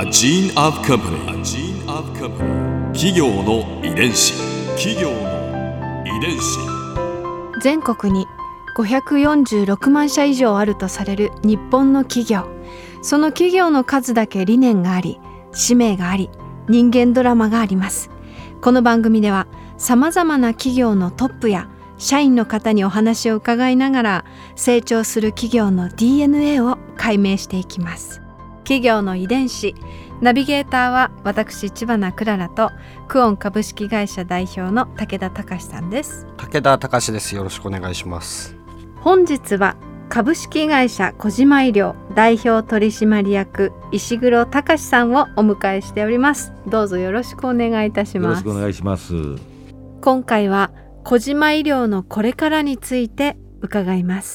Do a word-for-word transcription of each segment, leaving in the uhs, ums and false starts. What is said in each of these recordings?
gene of company. A gene of company. 企業の遺伝子。企業の遺伝子。 全国にごひゃくよんじゅうろくまんしゃ以上あるとされる日本の企業。その企業の数だけ理念があり、使命があり、人間ドラマがあります。この番組ではさまざまな企業のトップや社員の方にお話を伺いながら、成長する企業の ディーエヌエー を解明していきます。企業の遺伝子。ナビゲーターは私知花くららとクオン株式会社代表の武田隆さんです。 武田隆です。よろしくお願いします。 本日は株式会社小島医療代表取締役石黒隆さんをお迎えしております。どうぞよろしくお願いいたします。 よろしくお願いします。 今回は小島医療のこれからについて伺います。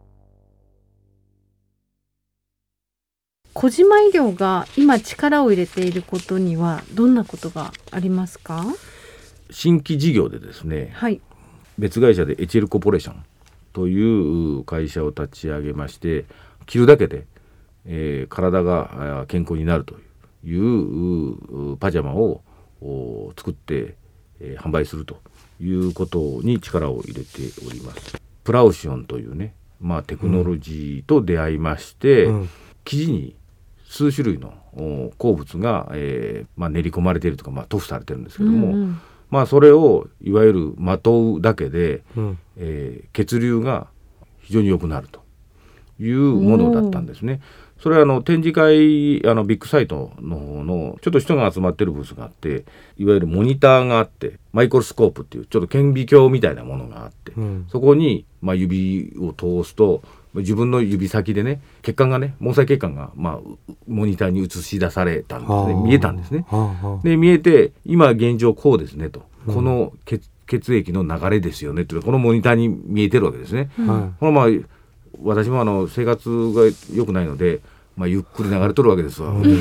小島医療が今力を入れていることにはどんなことがありますか？ 新規事業でですね、 はい、 別会社でエチエルコーポレーションという会社を立ち上げまして、着るだけで、えー、体が健康になるというパジャマを作って、えー、販売するということに力を入れております。プラウシオンというね、まあ、テクノロジーと出会いまして、うん、生地に数種類の鉱物が、えーまあ、練り込まれているとか、まあ、塗布されてるんですけども、うんうん、まあ、それをいわゆるまとうだけで、うんえー、血流が非常に良くなるというものだったんですね。それはあの展示会、あのビッグサイトの方のちょっと人が集まってるブースがあって、いわゆるモニターがあって、マイクロスコープっていうちょっと顕微鏡みたいなものがあって、うん、そこに、まあ、指を通すと自分の指先でね、血管がね、毛細血管が、まあ、モニターに映し出されたんですね。見えたんですね。で見えて、今現状こうですねと、うん、この 血, 血液の流れですよねと、このモニターに見えてるわけですね。うん、このまあ私もあの生活が良くないので、まあ、ゆっくり流れとるわけですわ。うん、目に見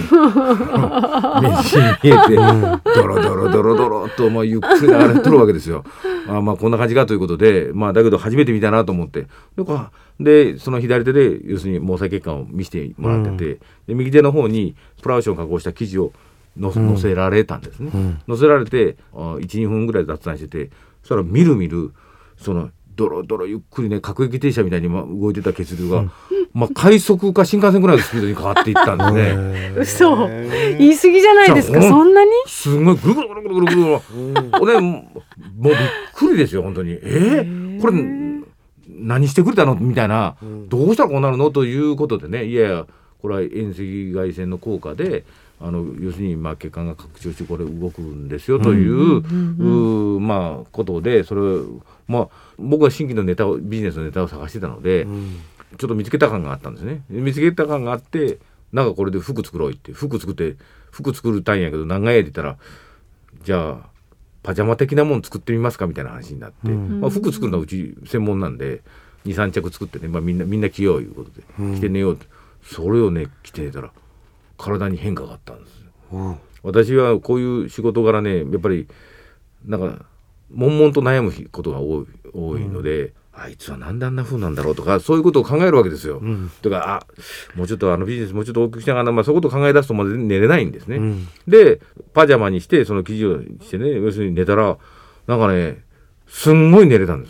えてドロドロドロドロと、まあ、ゆっくり流れとるわけですよ。あまあこんな感じかということで、まあ、だけど初めて見たなと思って、でその左手で要するに毛細血管を見せてもらってて、うん、で右手の方にプラウションを加工した生地をの、うん、乗せられたんですね。うん、乗せられて いちにふんぐらい雑談してて、そしたらみるみるそのドロドロゆっくりね、各駅停車みたいに動いてた血流が、うんまあ、快速か新幹線ぐらいのスピードに変わっていったんですね。 嘘、言い過ぎじゃないですか。そんなにすごいぐるぐるぐるぐるぐるぐる俺もうびっくりですよ本当に。えー、これ何してくれたのみたいな、どうしたらこうなるのということでね、いやいやこれは遠赤外線の効果で、あの要するにまあ血管が拡張してこれ動くんですよという、うんうんうん、まあことで、それまあ僕は新規のネタをビジネスのネタを探してたので、うん、ちょっと見つけた感があったんですね。見つけた感があって、なんかこれで服作ろうって服作って服作るたいんやけど何がやって言ったら、じゃあパジャマ的なもの作ってみますかみたいな話になって、うんまあ、服作るのはうち専門なんで にさんちゃく作ってね、まあ、みんなみんな着よういうことで、うん、着て寝ようって、それをね着て寝たら体に変化があったんです、うん、私はこういう仕事柄ね、やっぱりなんか悶々と悩むことが多い、多いので、うん、あいつはなんであんな風なんだろうとか、そういうことを考えるわけですよ。うん、とか、あもうちょっとあのビジネスもうちょっと大きくしながら、まあ、そういうことを考え出すとまで寝れないんですね。うん、でパジャマにしてその生地をしてね、要するに寝たらなんかねすんごい寝れたんです。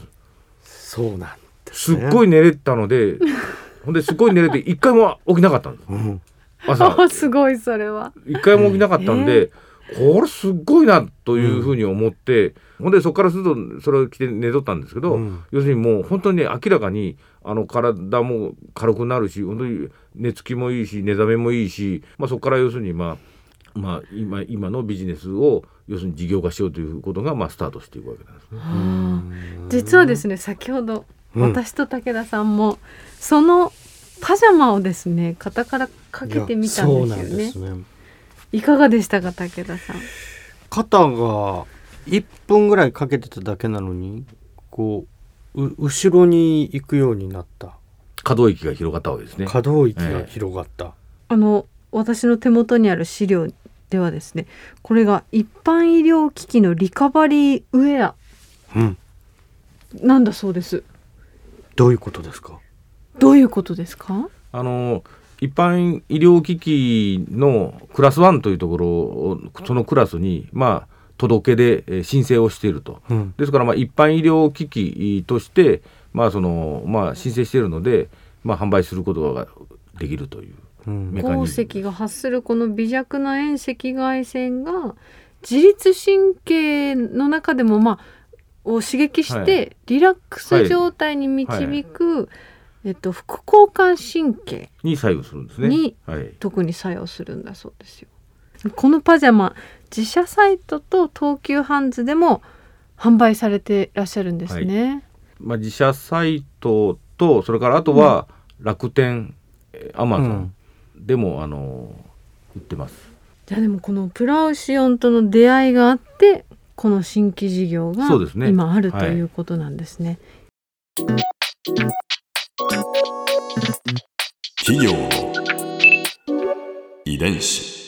そうなんですね。 すっごい寝れたのでほんですっごい寝れて一回も起きなかったんです、うん、 朝すごい、それは一回も起きなかったんで、えー、これすっごいなというふうに思って、うん、ほんでそこからするとそれを着て寝とったんですけど、うん、要するにもう本当に、ね、明らかにあの体も軽くなるし、本当に寝つきもいいし寝覚めもいいし、まあ、そこから要するに、まあまあ、今, 今のビジネスを要するに事業化しようということが、まあ、スタートしていくわけなんですね。 うん実はですね、先ほど私と武田さんも、うん、そのパジャマをですね肩からかけてみたんですよね。そうなんですね。いかがでしたか武田さん。 肩がいっぷんぐらいかけてただけなのに、こう後ろに行くようになった。 可動域が広がったわけですね。 可動域が広がった、えー、 あの私の手元にある資料ではですね、これが一般医療機器のリカバリーウェア、うん、なんだそうです。 どういうことですか。 どういうことですか。 あの一般医療機器のクラスワンというところをそのクラスにまあ届けで申請をしていると、うん、ですからまあ一般医療機器としてまあそのまあ申請しているので、まあ、販売することができるというメカニズム、 鉱石が発するこの微弱な遠赤外線が自律神経の中でもまあを刺激してリラックス状態に導く、はいはいはいえっと、副交感神経に作用するんですね。 に特に作用するんだそうですよ。このパジャマ自社サイトと東急ハンズでも販売されていらっしゃるんですね、はいまあ、自社サイトとそれからあとは楽天、アマゾンでも、うん、あの売ってます。 じゃあでもこのプラウシオンとの出会いがあってこの新規事業が今ある、ね、ということなんですね、はい、 企業の遺伝子。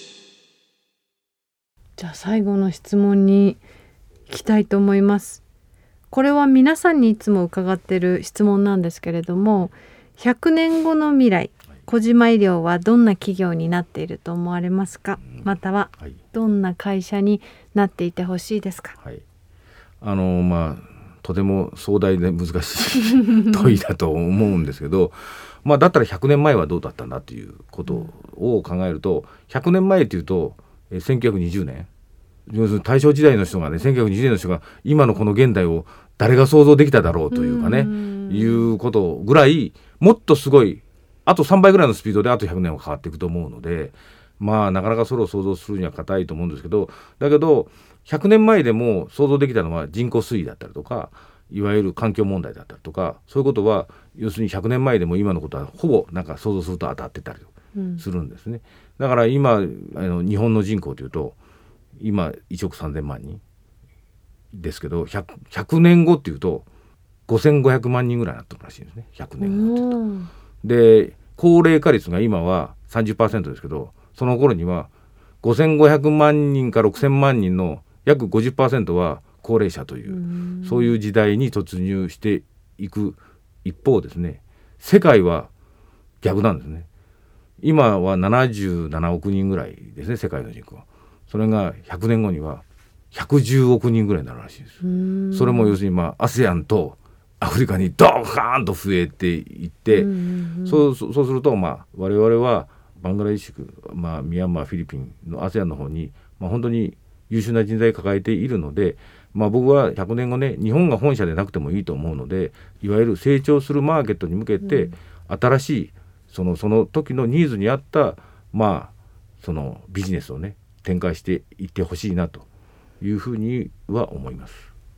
じゃあ最後の質問に行きたいと思います。これは皆さんにいつも伺っている質問なんですけれども、ひゃくねんごの未来、小島医療はどんな企業になっていると思われますか、またはどんな会社になっていてほしいですか。 はい、あのまあとても壮大で難しい問いだと思うんですけどまあだったらひゃくねんまえはどうだったんだということを考えると、ひゃくねんまえというとせんきゅうひゃくにじゅうねん、要するに大正時代の人がね、せんきゅうひゃくにじゅうねんの人が今のこの現代を誰が想像できただろうというかね、いうことぐらいもっとすごいあとさんばいぐらいのスピードであとひゃくねんは変わっていくと思うので、まあなかなかそれを想像するには固いと思うんですけど、だけどひゃくねんまえでも想像できたのは人口推移だったりとか、いわゆる環境問題だったりとか、そういうことは要するにひゃくねんまえでも今のことはほぼなんか想像すると当たってたりするんですね、うん、だから今あの日本の人口というと今いちおくさんぜんまんにんですけど ひゃく, ひゃくねんごっていうとごせんごひゃくまんにんぐらいになってるらしいんですね。ひゃくねんごっていうとで高齢化率が今は さんじゅっパーセント ですけど、その頃にはごせんごひゃくまんにんからろくせんまんにんの約 ごじゅっパーセント は高齢者という、うそういう時代に突入していく一方ですね、世界は逆なんですね。今はななじゅうななおくにんぐらいですね、世界の人口は。それがひゃくねんごにはひゃくじゅうおくにんぐらいになるらしいです。それも要するにまあ アセアン とアフリカにドカーンと増えていって、そう、そうするとまあ我々はバングラデシュ、まあ、ミャンマー、フィリピンの アセアン の方に、まあ、本当に優秀な人材を抱えているので、まあ、僕はひゃくねんごね、日本が本社でなくてもいいと思うので、いわゆる成長するマーケットに向けて新しいその、その時のニーズに合った、まあ、そのビジネスをね展開していってほしいなというふうには思います。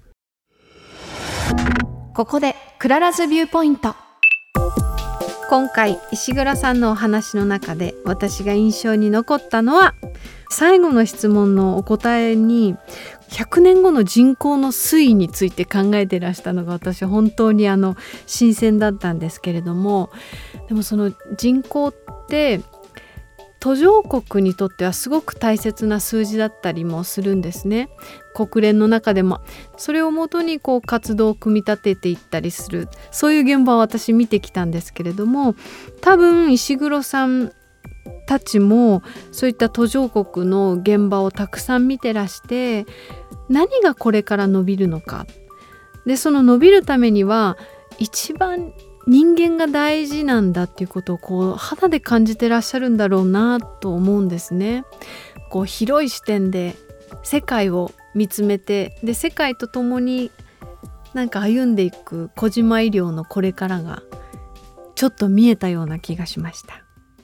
ここでクララズビューポイント。今回石黒さんのお話の中で私が印象に残ったのは、最後の質問のお答えにひゃくねんごの人口の推移について考えていらしたのが私本当にあの新鮮だったんですけれども、でもその人口って途上国にとってはすごく大切な数字だったりもするんですね。国連の中でもそれをもとにこう活動を組み立てていったりする、そういう現場を私見てきたんですけれども、多分石黒さんたちもそういった途上国の現場をたくさん見てらして、何がこれから伸びるのかで、その伸びるためには一番人間が大事なんだっていうことをこう肌で感じてらっしゃるんだろうなと思うんですね。こう広い視点で世界を見つめて、で世界と共になんか歩んでいく小島医療のこれからがちょっと見えたような気がしました。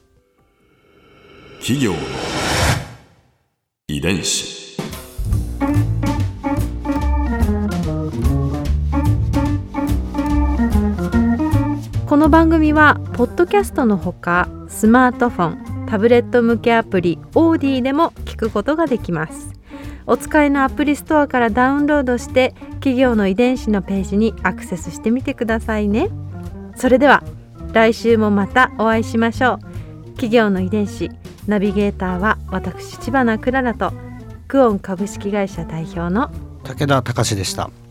企業の遺伝子。 この番組はポッドキャストのほかスマートフォン、タブレット向けアプリオーディでも聞くことができます。お使いのアプリストアからダウンロードして企業の遺伝子のページにアクセスしてみてくださいね。それでは来週もまたお会いしましょう。企業の遺伝子ナビゲーターは私知花くららとクオン株式会社代表の武田隆でした。